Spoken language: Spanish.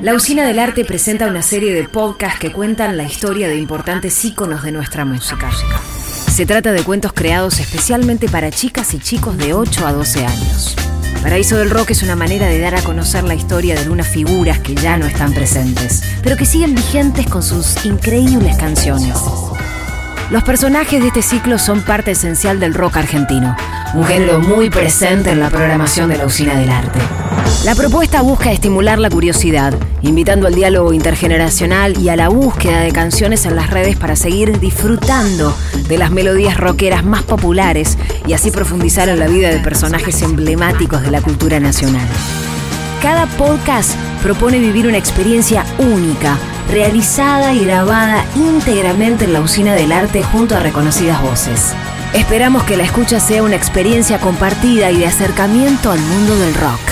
La Usina del Arte presenta una serie de podcasts que cuentan la historia de importantes íconos de nuestra música. Se trata de cuentos creados especialmente para chicas y chicos de 8 a 12 años. Paraíso del Rock es una manera de dar a conocer la historia de unas figuras que ya no están presentes, pero que siguen vigentes con sus increíbles canciones. Los personajes de este ciclo son parte esencial del rock argentino, un género muy presente en la programación de la Usina del Arte. La propuesta busca estimular la curiosidad, invitando al diálogo intergeneracional y a la búsqueda de canciones en las redes para seguir disfrutando de las melodías rockeras más populares y así profundizar en la vida de personajes emblemáticos de la cultura nacional. Cada podcast propone vivir una experiencia única, realizada y grabada íntegramente en la Usina del Arte junto a reconocidas voces. Esperamos que la escucha sea una experiencia compartida y de acercamiento al mundo del rock.